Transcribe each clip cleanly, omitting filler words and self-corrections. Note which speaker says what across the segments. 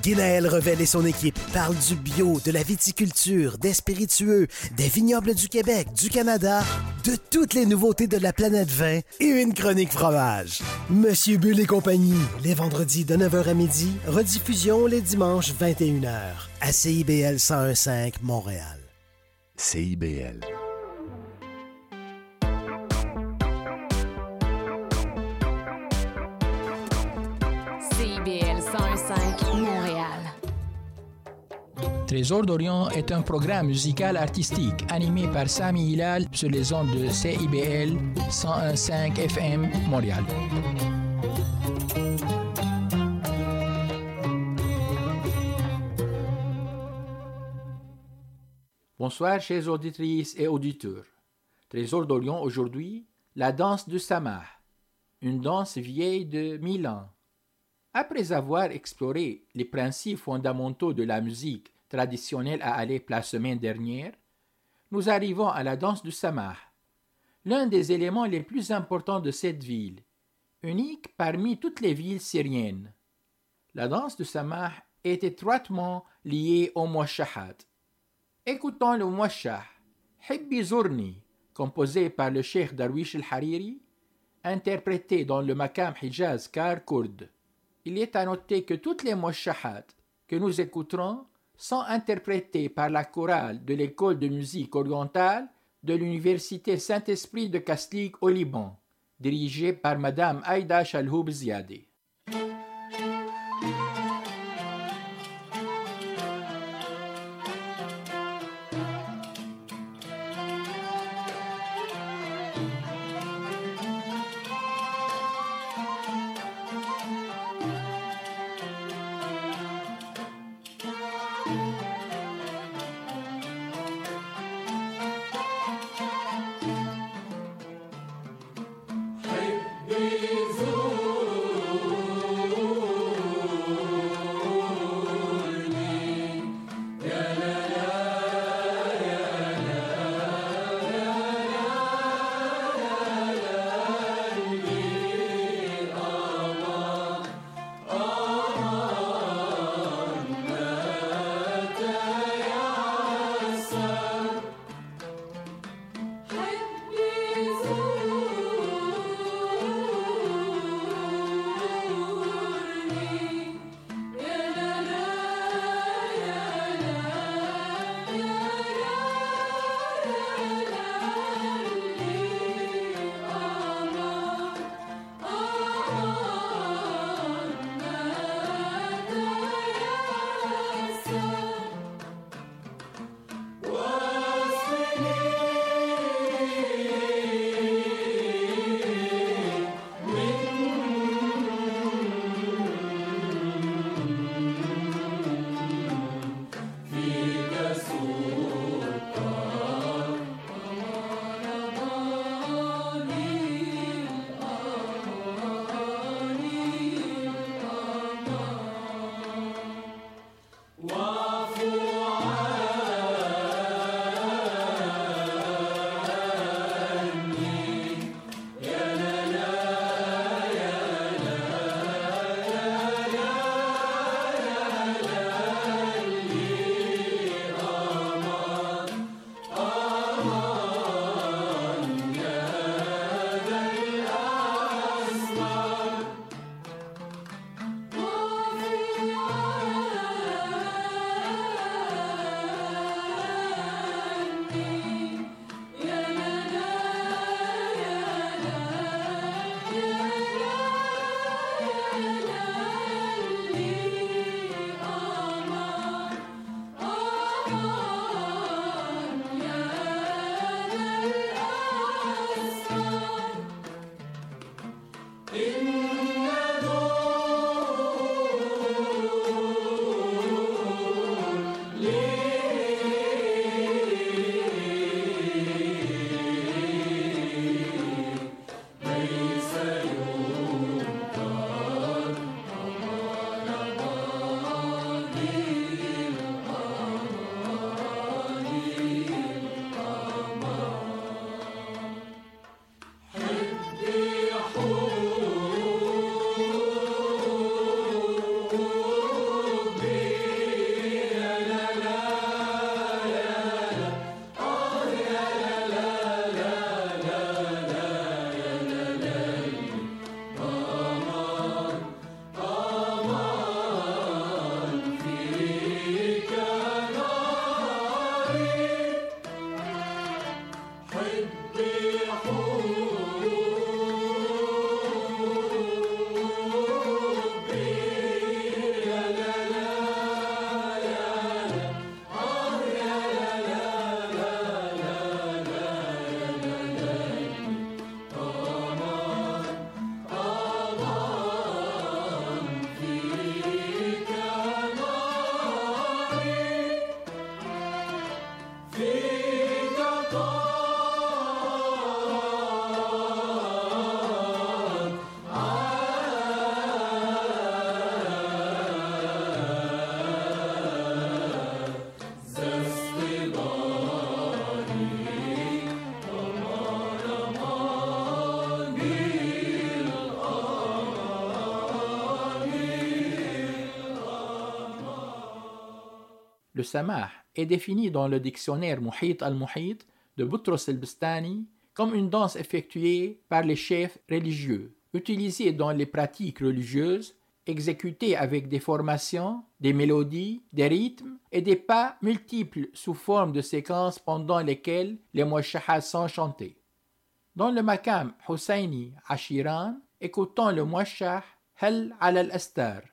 Speaker 1: Guinaël Revel et son équipe parlent du bio, de la viticulture, des spiritueux, des vignobles du Québec, du Canada, de toutes les nouveautés de la planète vin et une chronique fromage. Monsieur Bull et compagnie, les vendredis de 9h à midi, rediffusion les dimanches 21h à CIBL 101.5 Montréal.
Speaker 2: CIBL.
Speaker 3: CIBL 101.5 Montréal.
Speaker 4: Trésor d'Orient est un programme musical artistique animé par Sami Hilal sur les ondes de CIBL 101.5 FM Montréal.
Speaker 5: Bonsoir chers auditrices et auditeurs. Trésor d'Orient aujourd'hui, la danse du Samah, une danse vieille de 1000 ans. Après avoir exploré les principes fondamentaux de la musique traditionnelle à Alep la semaine dernière, nous arrivons à la danse du Samah, l'un des éléments les plus importants de cette ville, unique parmi toutes les villes syriennes. La danse du Samah est étroitement liée au Mouachahat. Écoutons le Mouachah, Hibbi Zourni, composé par le cheikh Darwish al-Hariri, interprété dans le Makam Hijaz Kar Kurd. Il est à noter que toutes les Mouachahats que nous écouterons sont interprétés par la chorale de l'école de musique orientale de l'Université Saint-Esprit de Castille au Liban, dirigée par Madame Aïda Chalhoub Ziadeh.
Speaker 6: حبي زورني
Speaker 5: Le samah est défini dans le dictionnaire Muhit al-Muhit de Boutros el-Bistani comme une danse effectuée par les chefs religieux, utilisée dans les pratiques religieuses, exécutée avec des formations, des mélodies, des rythmes et des pas multiples sous forme de séquences pendant lesquelles les muwashahats sont chantés. Dans le makam Husseini Ashiran, écoutons le muwashah Hal ala al-Astar.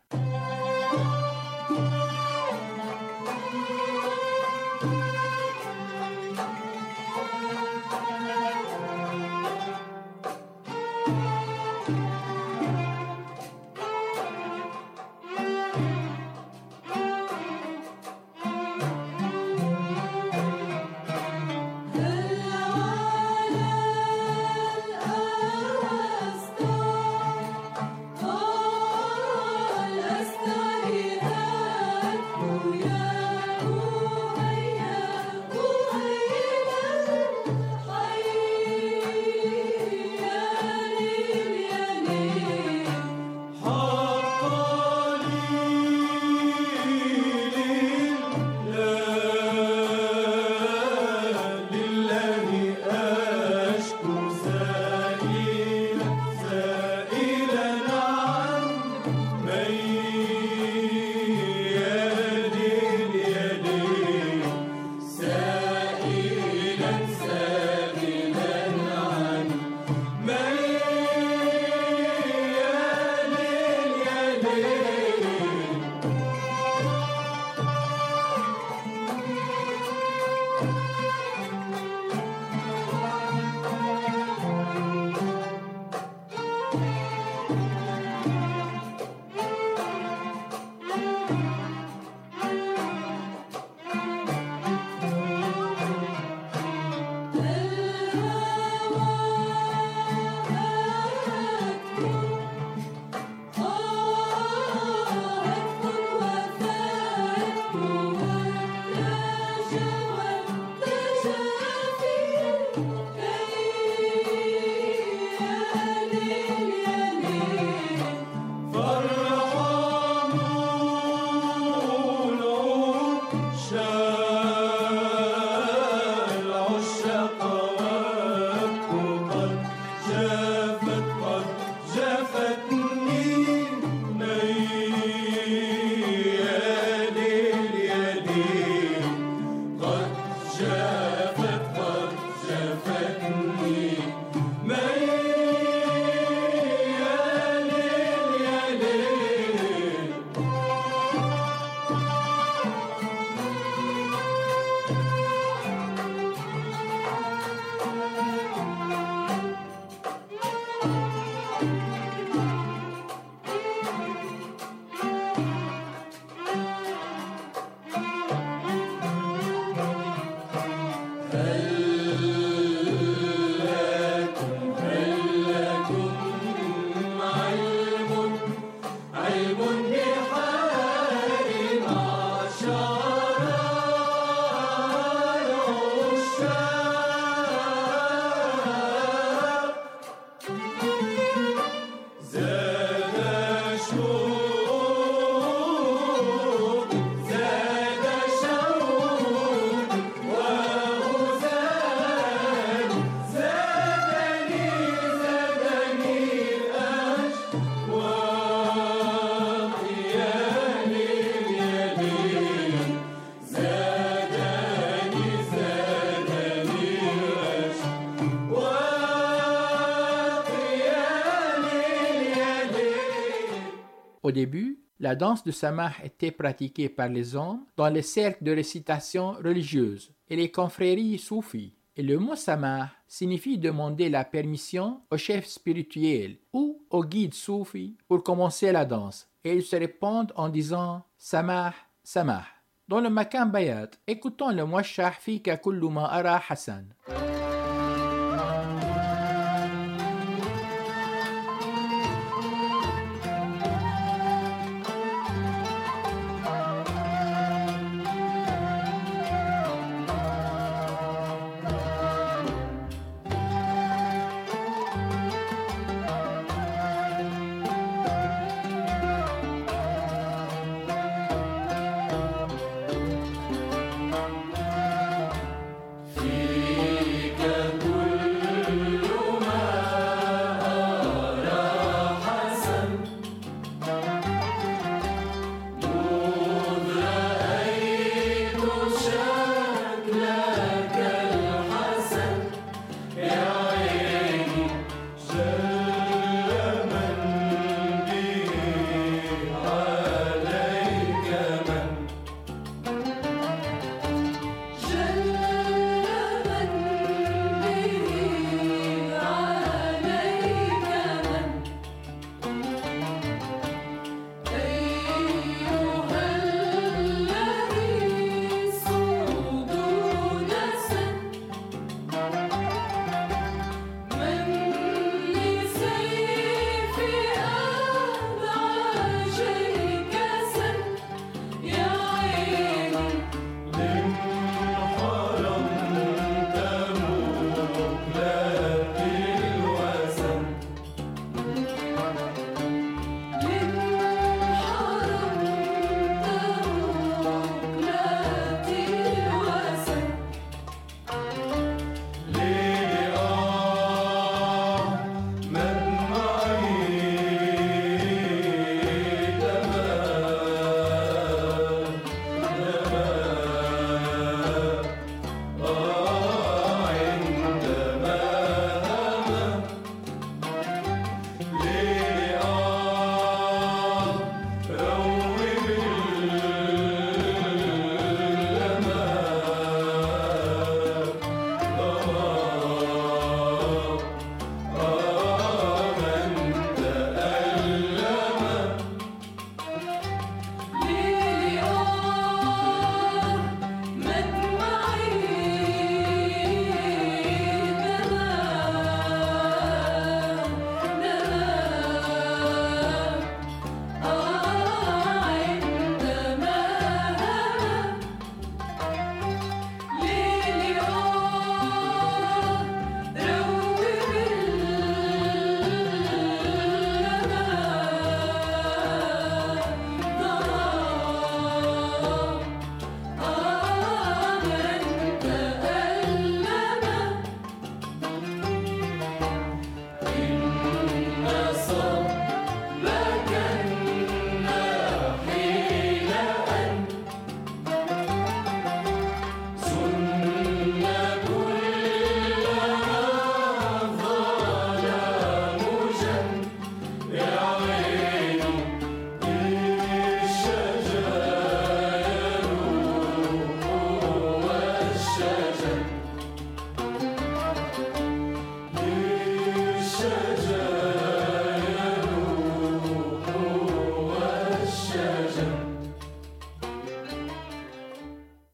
Speaker 5: Au début, la danse de samah était pratiquée par les hommes dans les cercles de récitation religieuse et les confréries soufis. Et le mot samah signifie demander la permission au chef spirituel ou au guide soufi pour commencer la danse. Et ils se répondent en disant samah, samah. Dans le makam bayat, écoutons le muwashah fika kullu ma ara Hassan.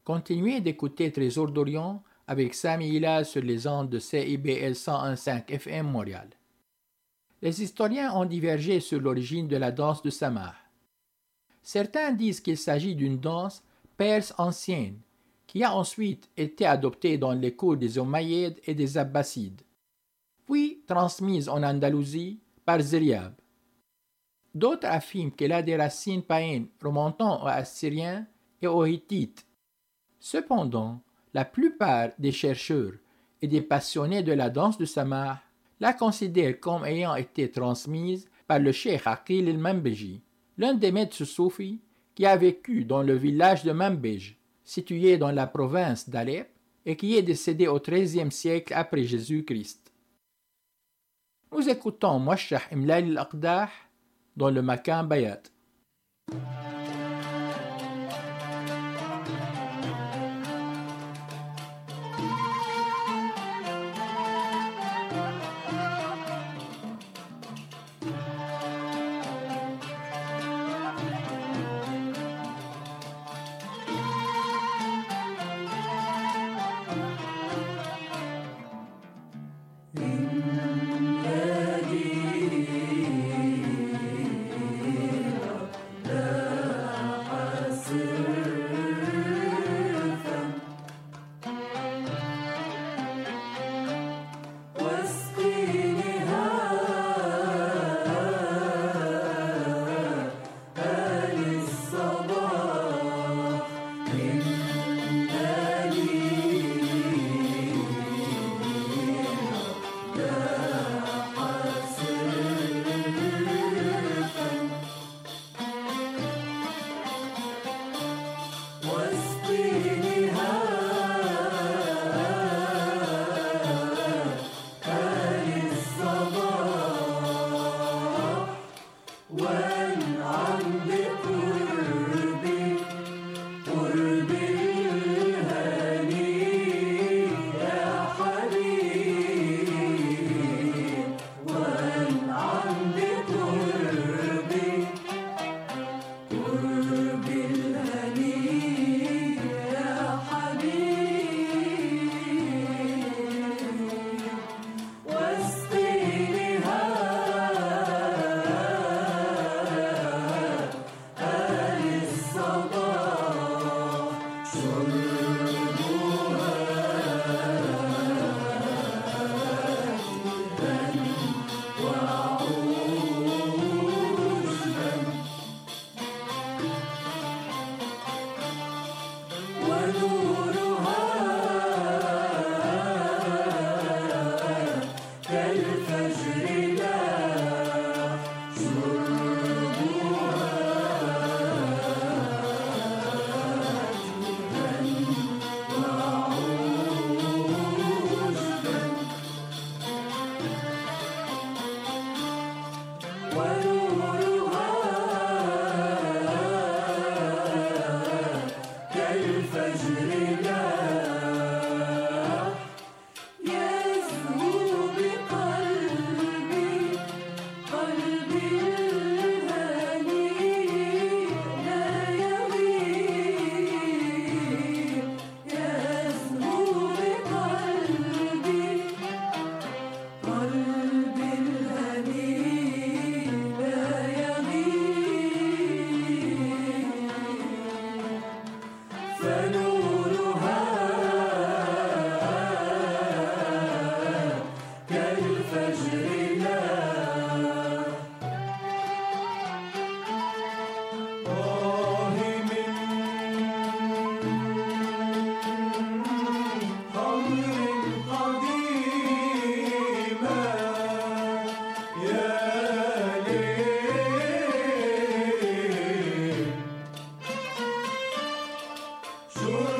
Speaker 5: Continuez d'écouter Trésor d'Orient avec Sami Hilal sur les ondes de CIBL 101.5 FM Montréal. Les historiens ont divergé sur l'origine de la danse de Samah. Certains disent qu'il s'agit d'une danse perse ancienne qui a ensuite été adoptée dans les cours des Omeyyades et des Abbassides, puis transmise en Andalousie par Ziryab. D'autres affirment qu'elle a des racines païennes remontant aux Assyriens et aux Hittites. Cependant, la plupart des chercheurs et des passionnés de la danse de Samah la considèrent comme ayant été transmise par le cheikh Aqil el-Manbeji, l'un des maîtres soufis qui a vécu dans le village de Manbij, situé dans la province d'Alep, et qui est décédé au XIIIe siècle après Jésus-Christ. Nous écoutons Mouachah Imlal al-Aqdah dans le Makan Bayat.
Speaker 6: Sure.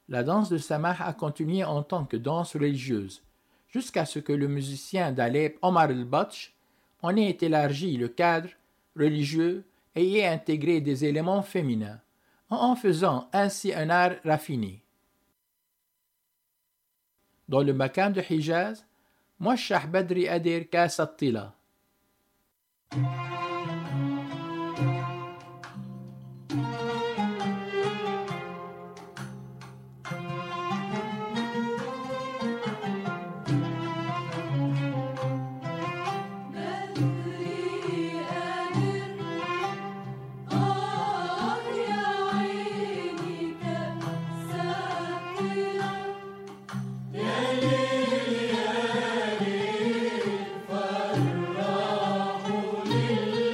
Speaker 5: La danse de Samah a continué en tant que danse religieuse, jusqu'à ce que le musicien d'Alep Omar el-Batsh en ait élargi le cadre religieux et y ait intégré des éléments féminins, en faisant ainsi un art raffiné. Dans le Makam de Hijaz, Mouachah Badri Adir Kas Attila.
Speaker 6: لله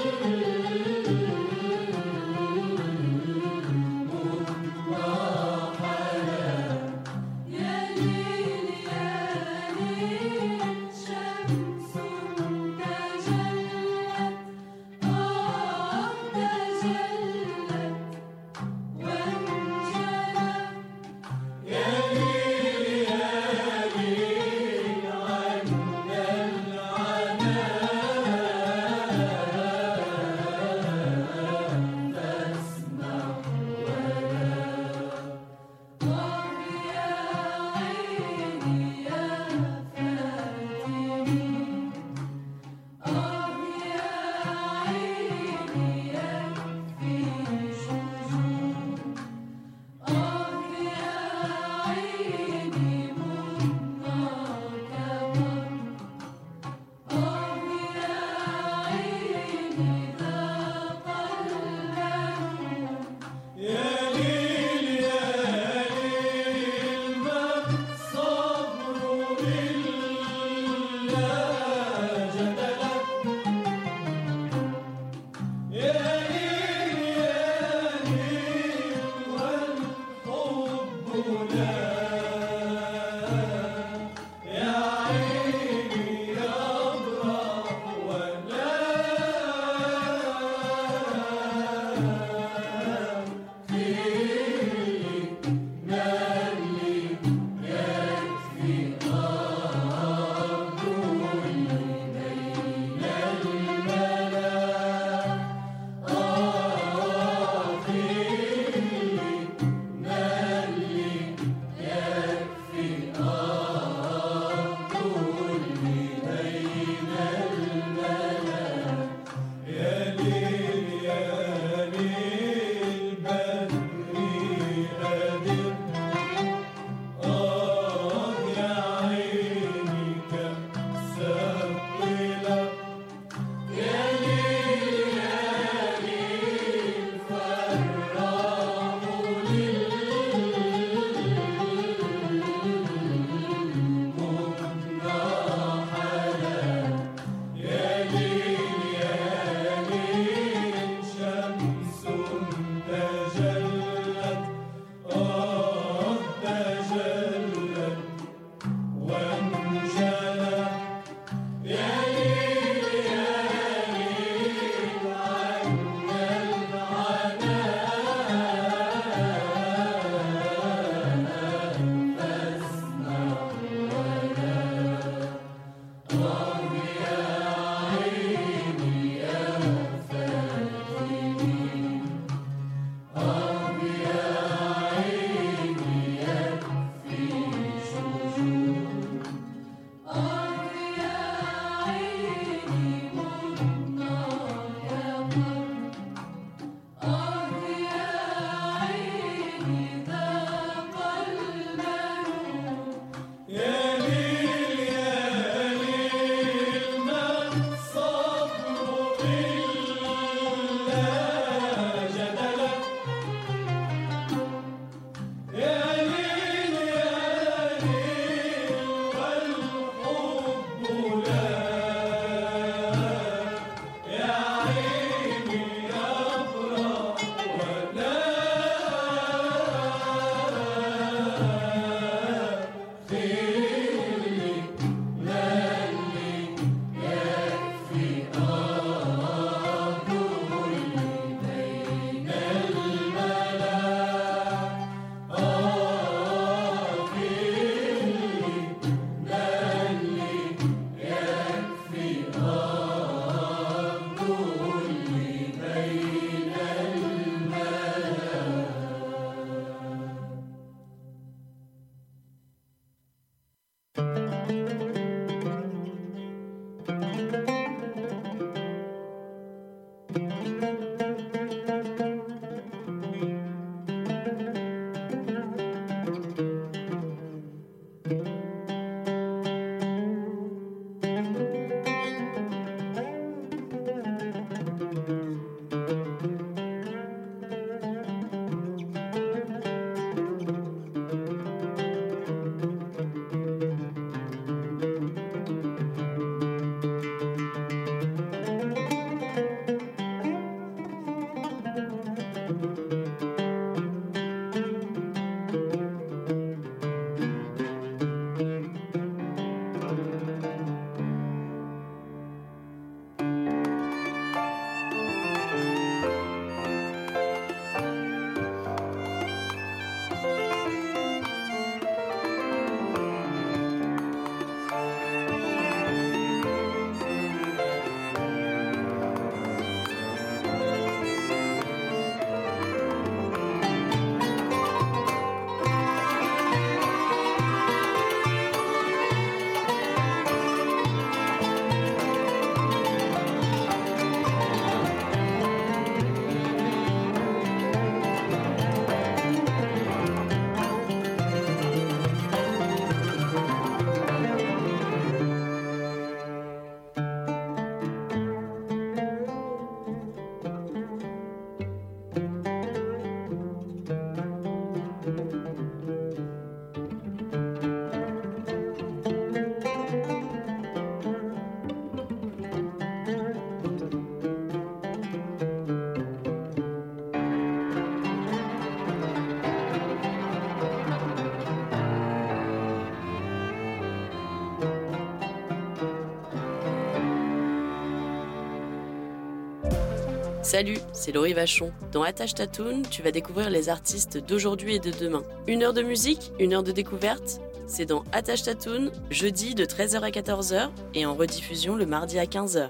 Speaker 6: Salut, c'est Laurie Vachon. Dans Attache ta Toune, tu vas découvrir les artistes d'aujourd'hui et de demain. 1 heure de musique, 1 heure de découverte. C'est dans Attache ta Toune, jeudi de 13h à 14h et en rediffusion le mardi à 15h.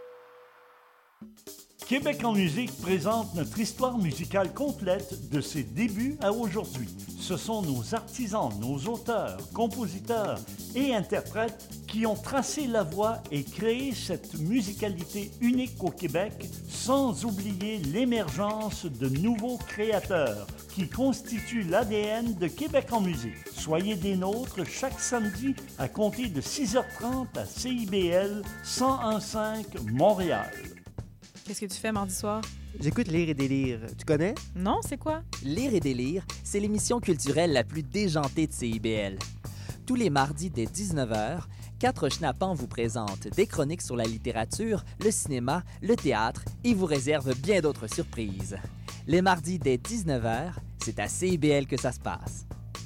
Speaker 7: Québec en musique présente notre histoire musicale complète de ses débuts à aujourd'hui. Ce sont nos artisans, nos auteurs, compositeurs et interprètes qui ont tracé la voie et créé cette musicalité unique au Québec, sans oublier l'émergence de nouveaux créateurs qui constituent l'ADN de Québec en musique. Soyez des nôtres chaque samedi à compter de 6h30 à CIBL 101.5 Montréal.
Speaker 8: Qu'est-ce que tu fais mardi soir?
Speaker 9: J'écoute Lire et délire. Tu connais?
Speaker 8: Non, c'est quoi?
Speaker 10: Lire et délire, c'est l'émission culturelle la plus déjantée de CIBL. Tous les mardis dès 19h, 4 schnappants vous présentent des chroniques sur la littérature, le cinéma, le théâtre et vous réservent bien d'autres surprises. Les mardis dès 19h, c'est à CIBL que ça se passe.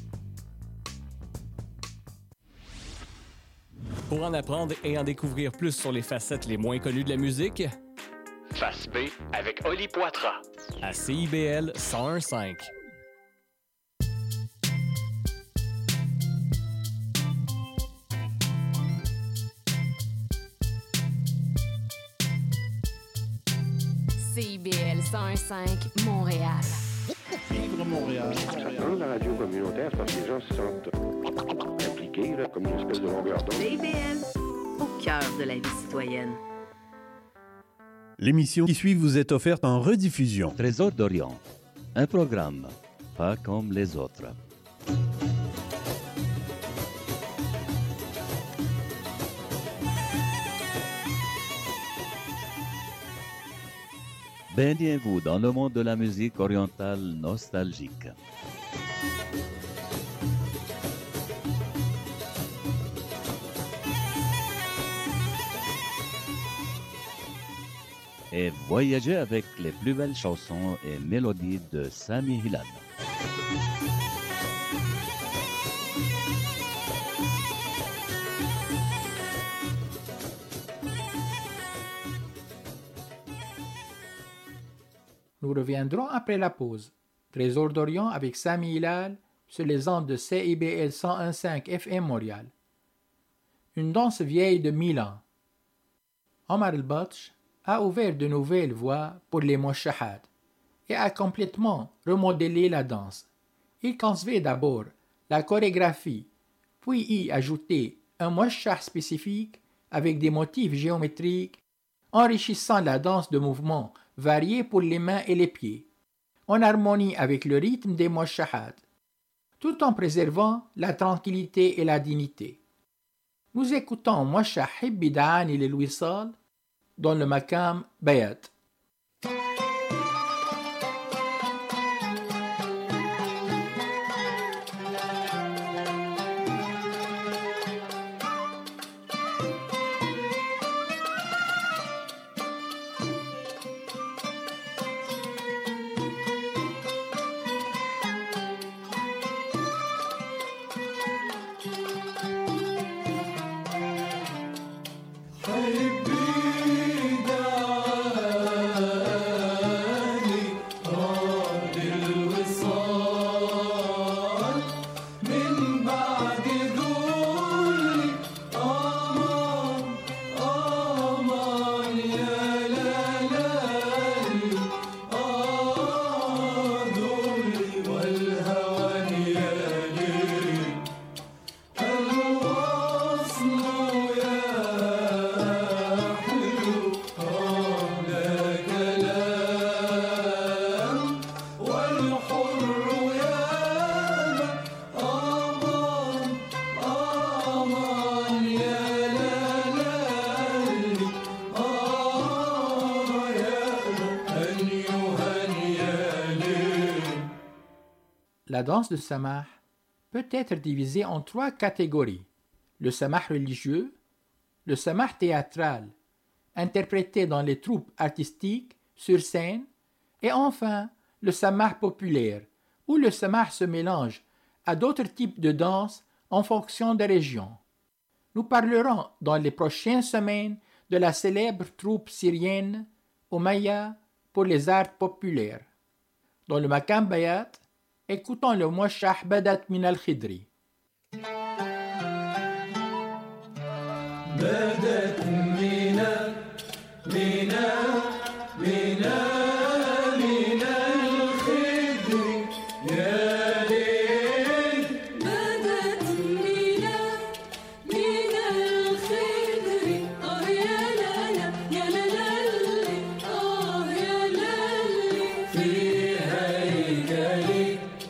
Speaker 11: Pour en apprendre et en découvrir plus sur les facettes les moins connues de la musique,
Speaker 2: Face B avec Oli Poitras.
Speaker 11: À CIBL 101.5.
Speaker 3: CIBL 101.5 Montréal.
Speaker 12: Vivre Montréal.
Speaker 13: Dans la radio communautaire, parce que les gens se sentent impliqués, là, comme une espèce de longueur d'onde.
Speaker 14: CIBL, au cœur de la vie citoyenne.
Speaker 15: L'émission qui suit vous est offerte en rediffusion.
Speaker 16: Trésor d'Orient, un programme pas comme les autres. Baignez-vous dans le monde de la musique orientale nostalgique. Et voyagez avec les plus belles chansons et mélodies de Sami Hilal.
Speaker 5: Nous reviendrons après la pause. Trésor d'Orient avec Sami Hilal sur les ondes de CIBL 101.5 FM Montréal. Une danse vieille de 1000 ans. Omar El-Batch a ouvert de nouvelles voies pour les mouchahad et a complètement remodelé la danse. Il concevait d'abord la chorégraphie, puis y ajoutait un mouchah spécifique avec des motifs géométriques, enrichissant la danse de mouvements variés pour les mains et les pieds, en harmonie avec le rythme des mouchahad, tout en préservant la tranquillité et la dignité. Nous écoutons Mouchah Hibbi Da'ani Lil-Wisal dans le Makam Bayat. La danse de Samah peut être divisée en 3 catégories. Le Samah religieux, le Samah théâtral, interprété dans les troupes artistiques, sur scène, et enfin le Samah populaire, où le Samah se mélange à d'autres types de danse en fonction des régions. Nous parlerons dans les prochaines semaines de la célèbre troupe syrienne Oumaya pour les arts populaires. Dans le Makam Bayat, écoutons le Mouachah Badat Min al-Khidri.
Speaker 17: بدت منا الخدر يا ليل بدت منا الخدر يا لالا يا لالي يا لالي في هيكلي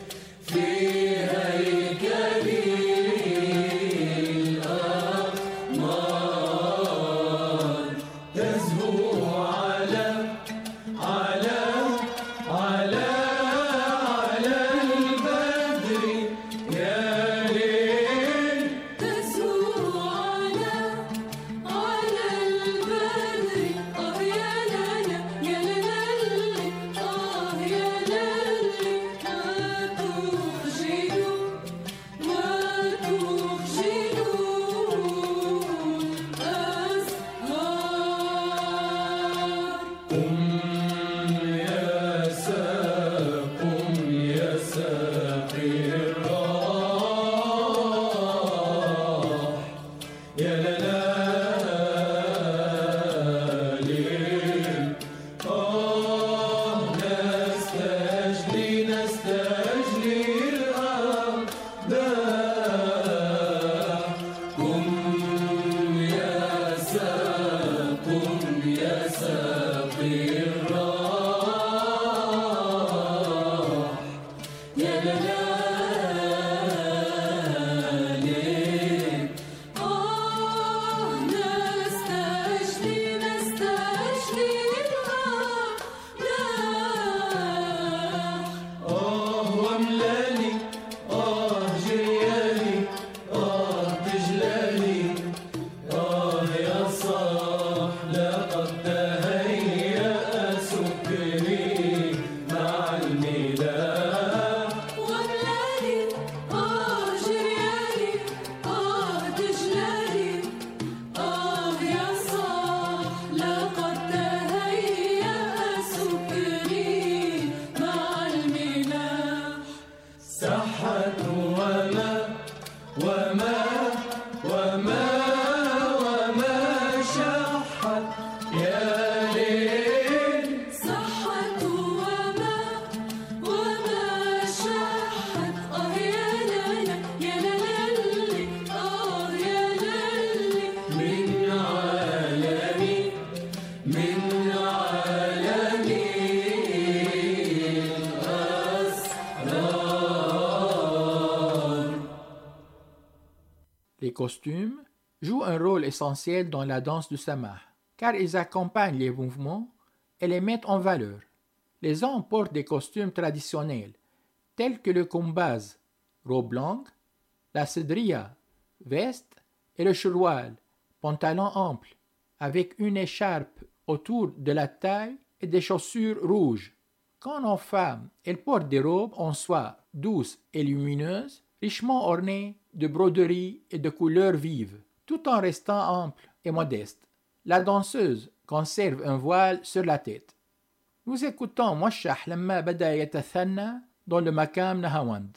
Speaker 5: Les costumes jouent un rôle essentiel dans la danse du Samah, car ils accompagnent les mouvements et les mettent en valeur. Les hommes portent des costumes traditionnels, tels que le kumbaz, robe blanche, la sedria, veste, et le chouroual, pantalon ample, avec une écharpe autour de la taille et des chaussures rouges. Quant aux femmes, elles portent des robes en soie douces et lumineuses, richement ornées de broderies et de couleurs vives, tout en restant ample et modeste. La danseuse conserve un voile sur la tête. Nous écoutons Mouachah Lamma Bada Yatathanna dans le Makam Nahawand.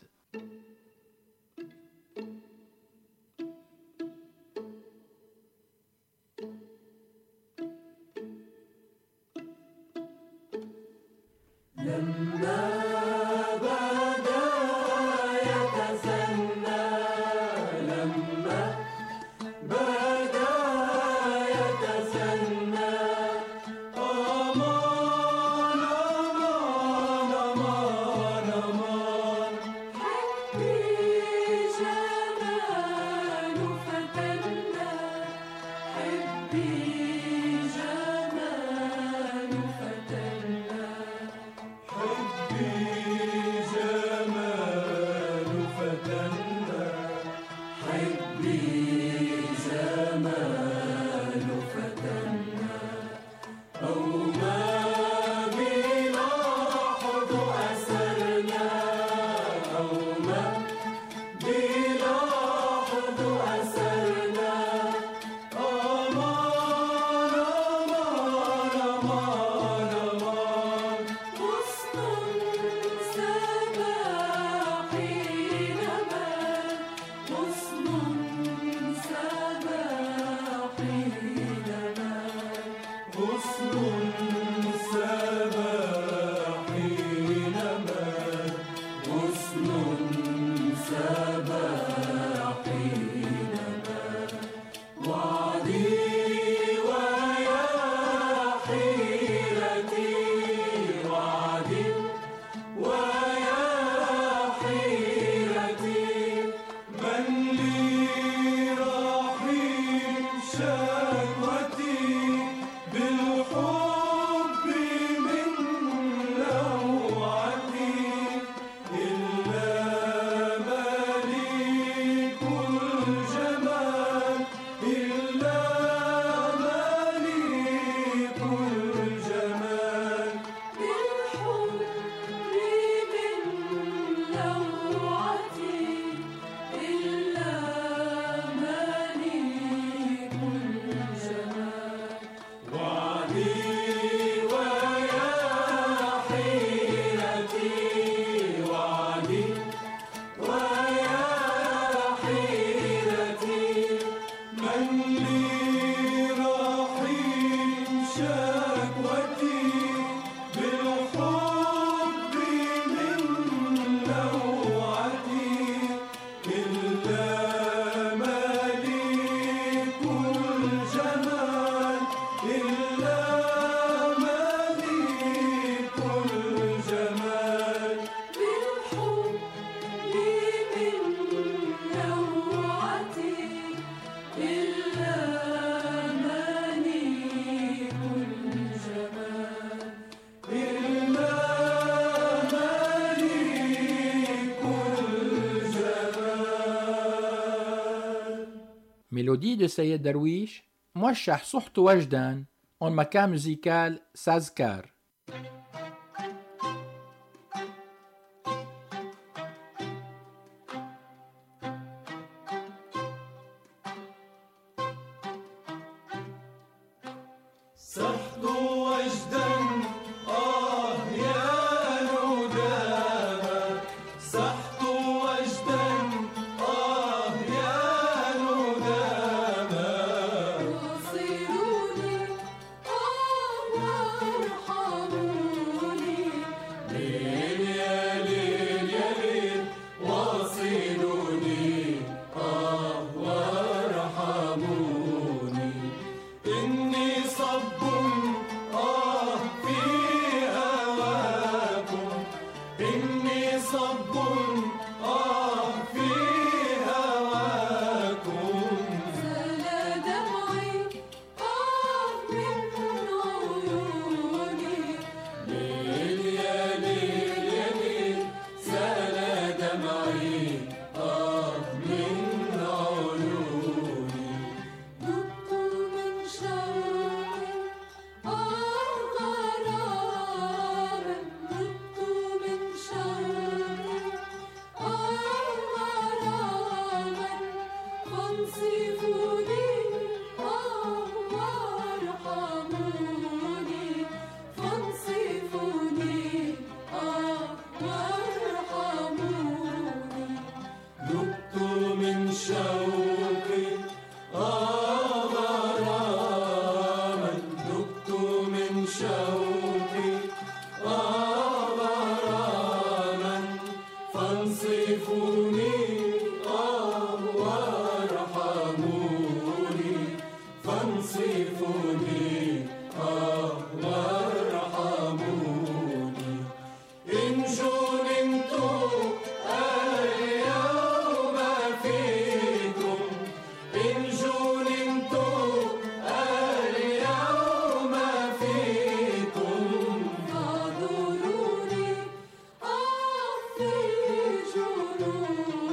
Speaker 17: أمان
Speaker 5: ميلودي de سيد درويش موشح صحت وجدان en مكان ميوزيكال سازكار.
Speaker 17: صحت وجدا يا ندامة صحت وجدا يا ندامة وصلوني وارحموني ليل يا ليل يا ليل وصلوني وارحموني إني صب في هواكم إني صب في هواكم زال دمعي من عيوني ليل يا ليل يا ليل زال دمعي من عيوني ذقت من شوقي غراما ذقت من شوقي غراما فانصفوني وارحموني فانصفوني وارحموني ذقت من شوقي غراما ذقت من شوقي غراما فانصفوني وارحموني فانصفوني وارحموني إن جننت اليوم فيكم إن جننت اليوم فيكم فاعذروني في جنوني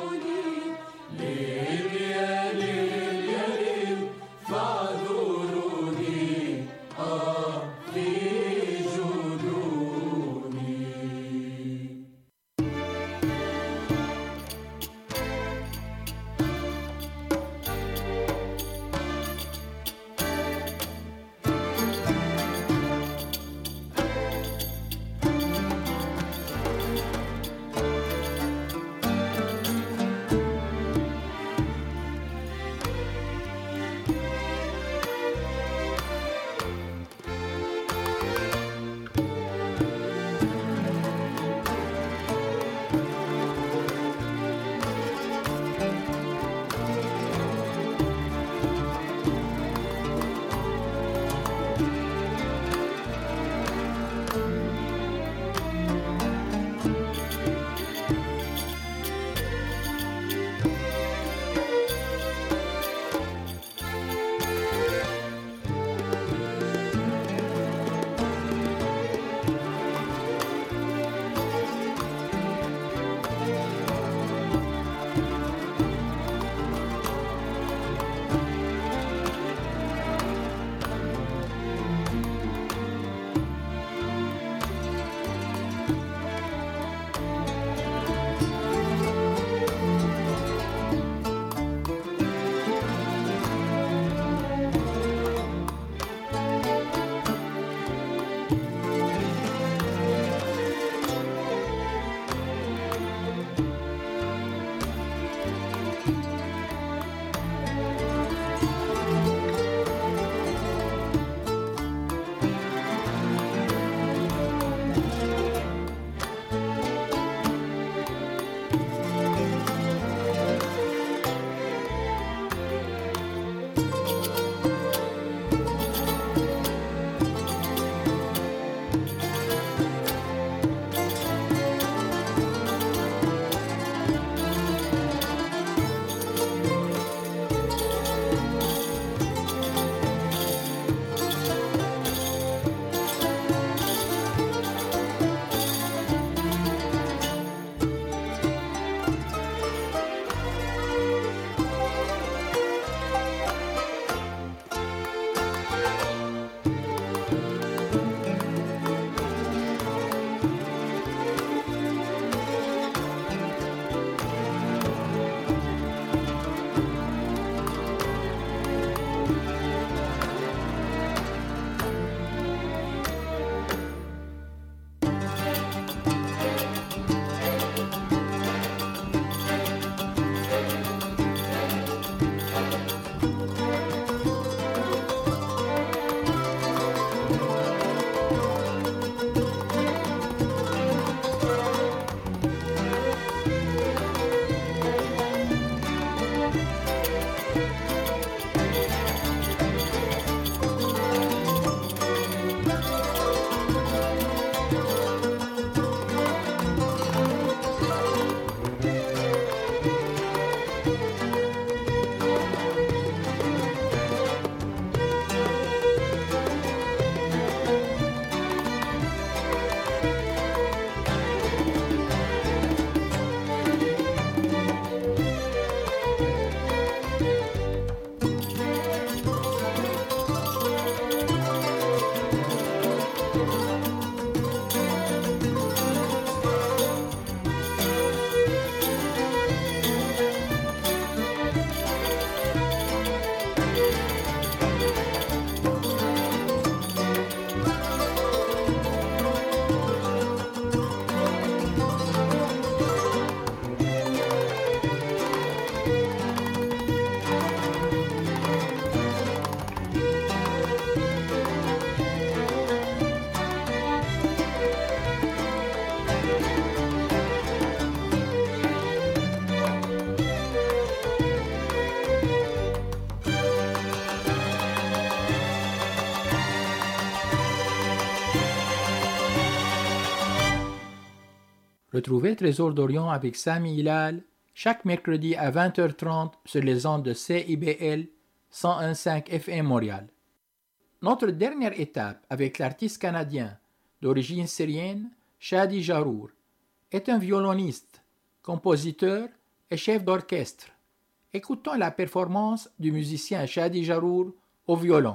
Speaker 5: Retrouvez Trésor d'Orient avec Sami Hilal chaque mercredi à 20h30 sur les ondes de CIBL 101.5 FM Montréal. Notre dernière étape avec l'artiste canadien d'origine syrienne, Shadi Jarour, est un violoniste, compositeur et chef d'orchestre. Écoutons la performance du musicien Shadi Jarour au violon.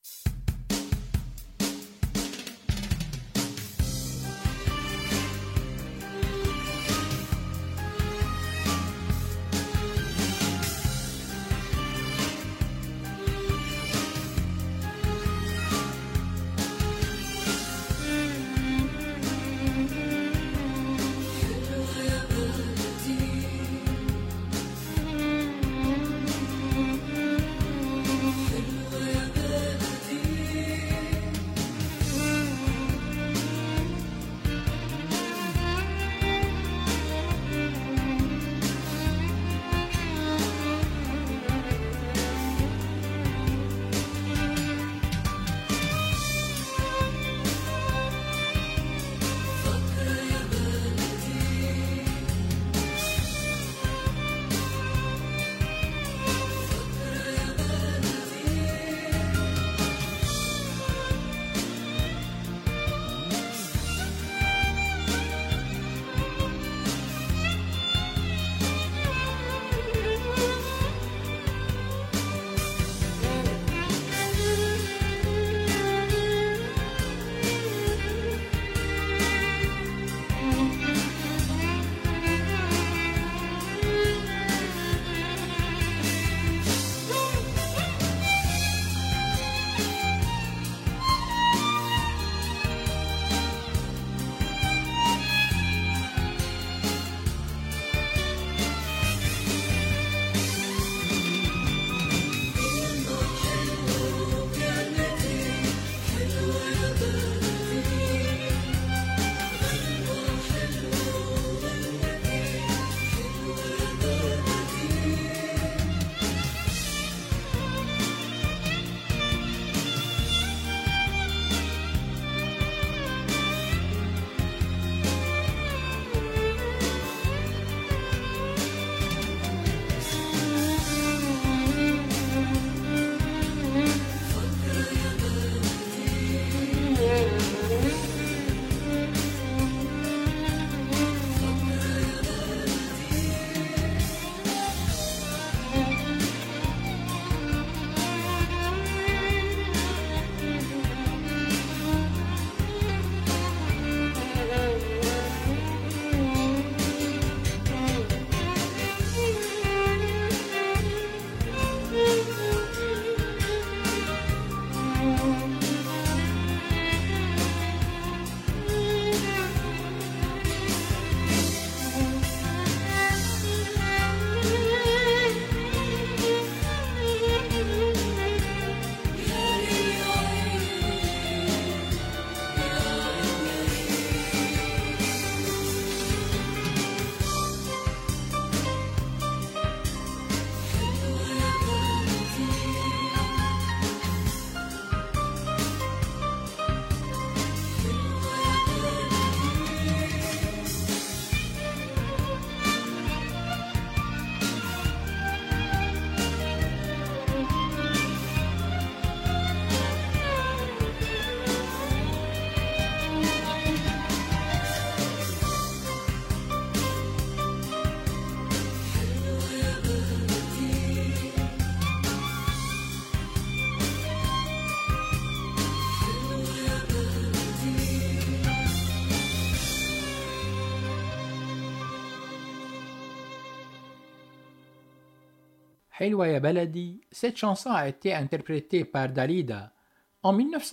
Speaker 5: Helwa ya Baladi, cette chanson a été interprétée par Dalida en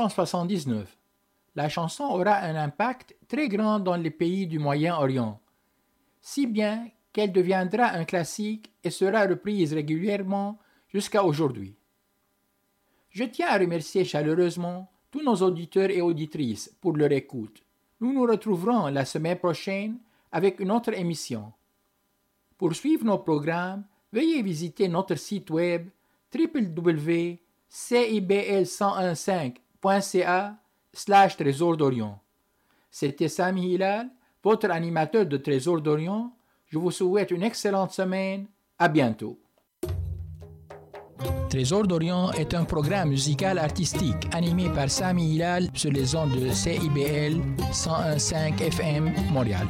Speaker 5: 1979. La chanson aura un impact très grand dans les pays du Moyen-Orient, si bien qu'elle deviendra un classique et sera reprise régulièrement jusqu'à aujourd'hui. Je tiens à remercier chaleureusement tous nos auditeurs et auditrices pour leur écoute. Nous nous retrouverons la semaine prochaine avec une autre émission. Pour suivre nos programmes, veuillez visiter notre site web www.cibl1015.ca/Trésor d'Orient. C'était Sami Hilal votre animateur de Trésor d'Orient. Je vous souhaite une excellente semaine. À bientôt.
Speaker 4: Trésor d'Orient est un programme musical artistique animé par Sami Hilal sur les ondes de CIBL 101.5 FM Montréal.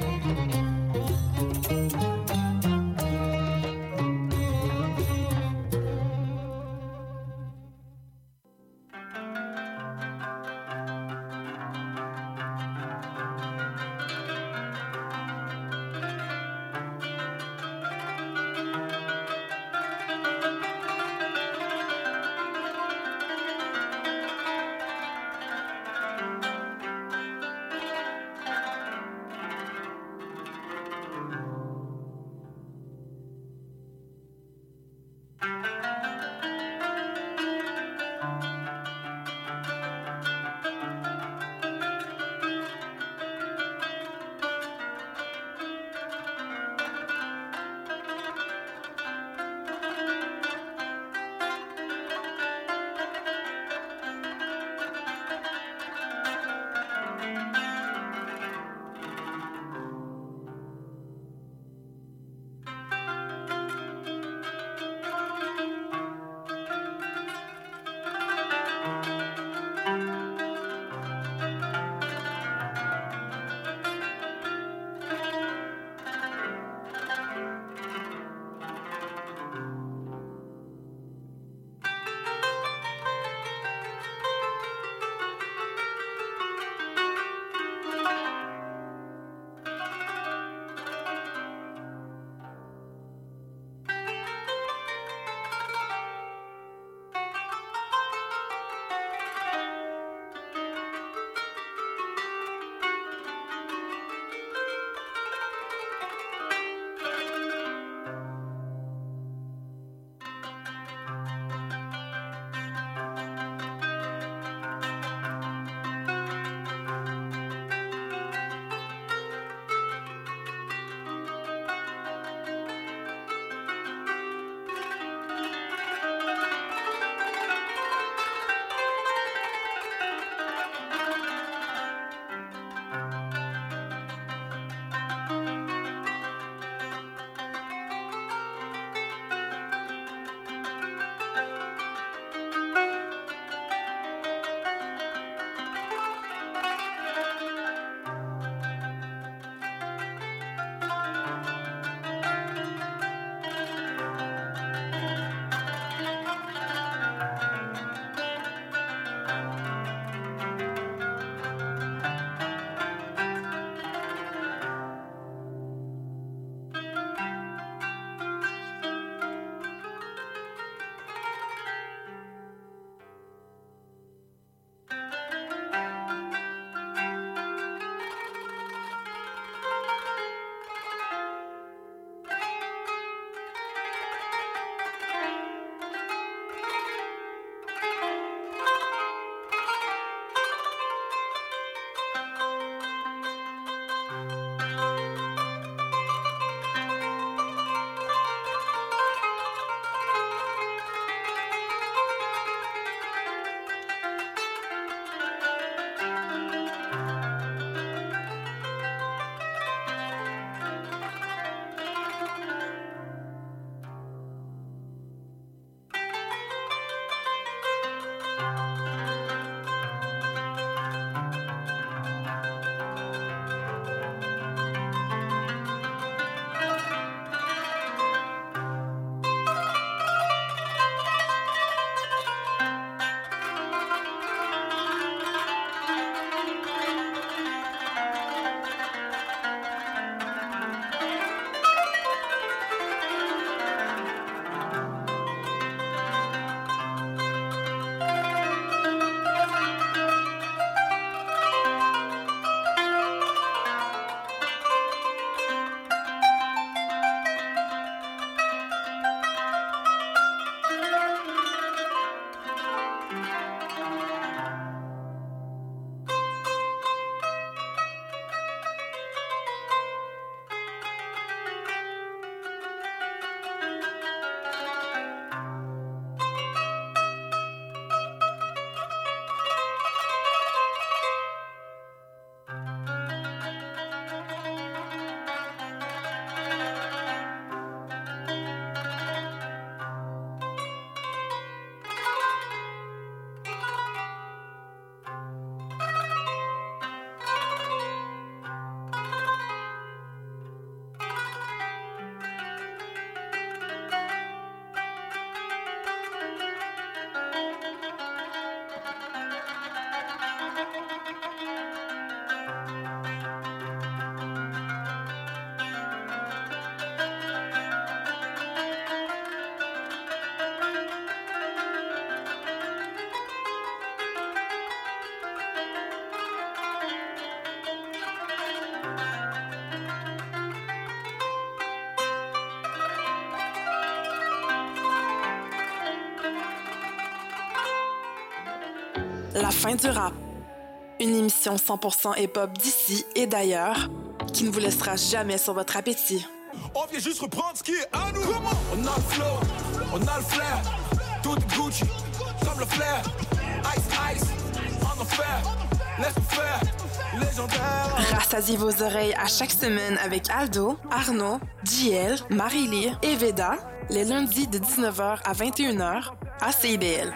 Speaker 18: La fin du rap. Une émission 100% hip-hop d'ici et d'ailleurs qui ne vous laissera jamais sur votre appétit.
Speaker 17: On vient juste reprendre ce qui est à nous. On a le flow, on a le flair. Tout est Gucci, comme le flair. Ice, ice, on en fer. Laisse-nous faire, légendaire.
Speaker 18: Rassasiez vos oreilles à chaque semaine avec Aldo, Arnaud, JL, Marie-Lie et Veda, les lundis de 19h à 21h à CIBL.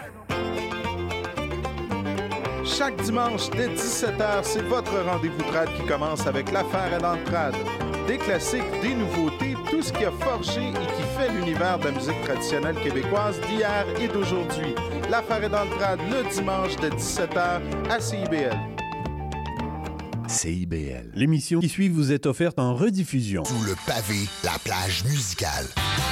Speaker 19: Chaque dimanche dès 17h, c'est votre rendez-vous trad qui commence avec l'affaire est dans le trad. Des classiques, des nouveautés, tout ce qui a forgé et qui fait l'univers de la musique traditionnelle québécoise d'hier et d'aujourd'hui. L'affaire est dans le trad le dimanche de 17h à CIBL.
Speaker 15: CIBL. L'émission qui suit vous est offerte en rediffusion.
Speaker 20: Sous le pavé, la plage musicale.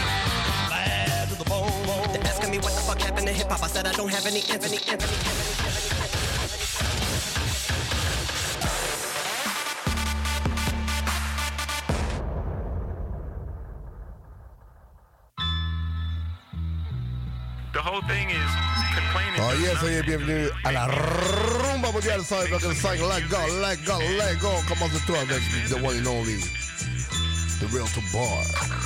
Speaker 21: Oh yes, soyez bienvenus à la Rumba Mondiale 5.5. Let go, let go, let go. Commence-toi avec the one and only, the real to boy.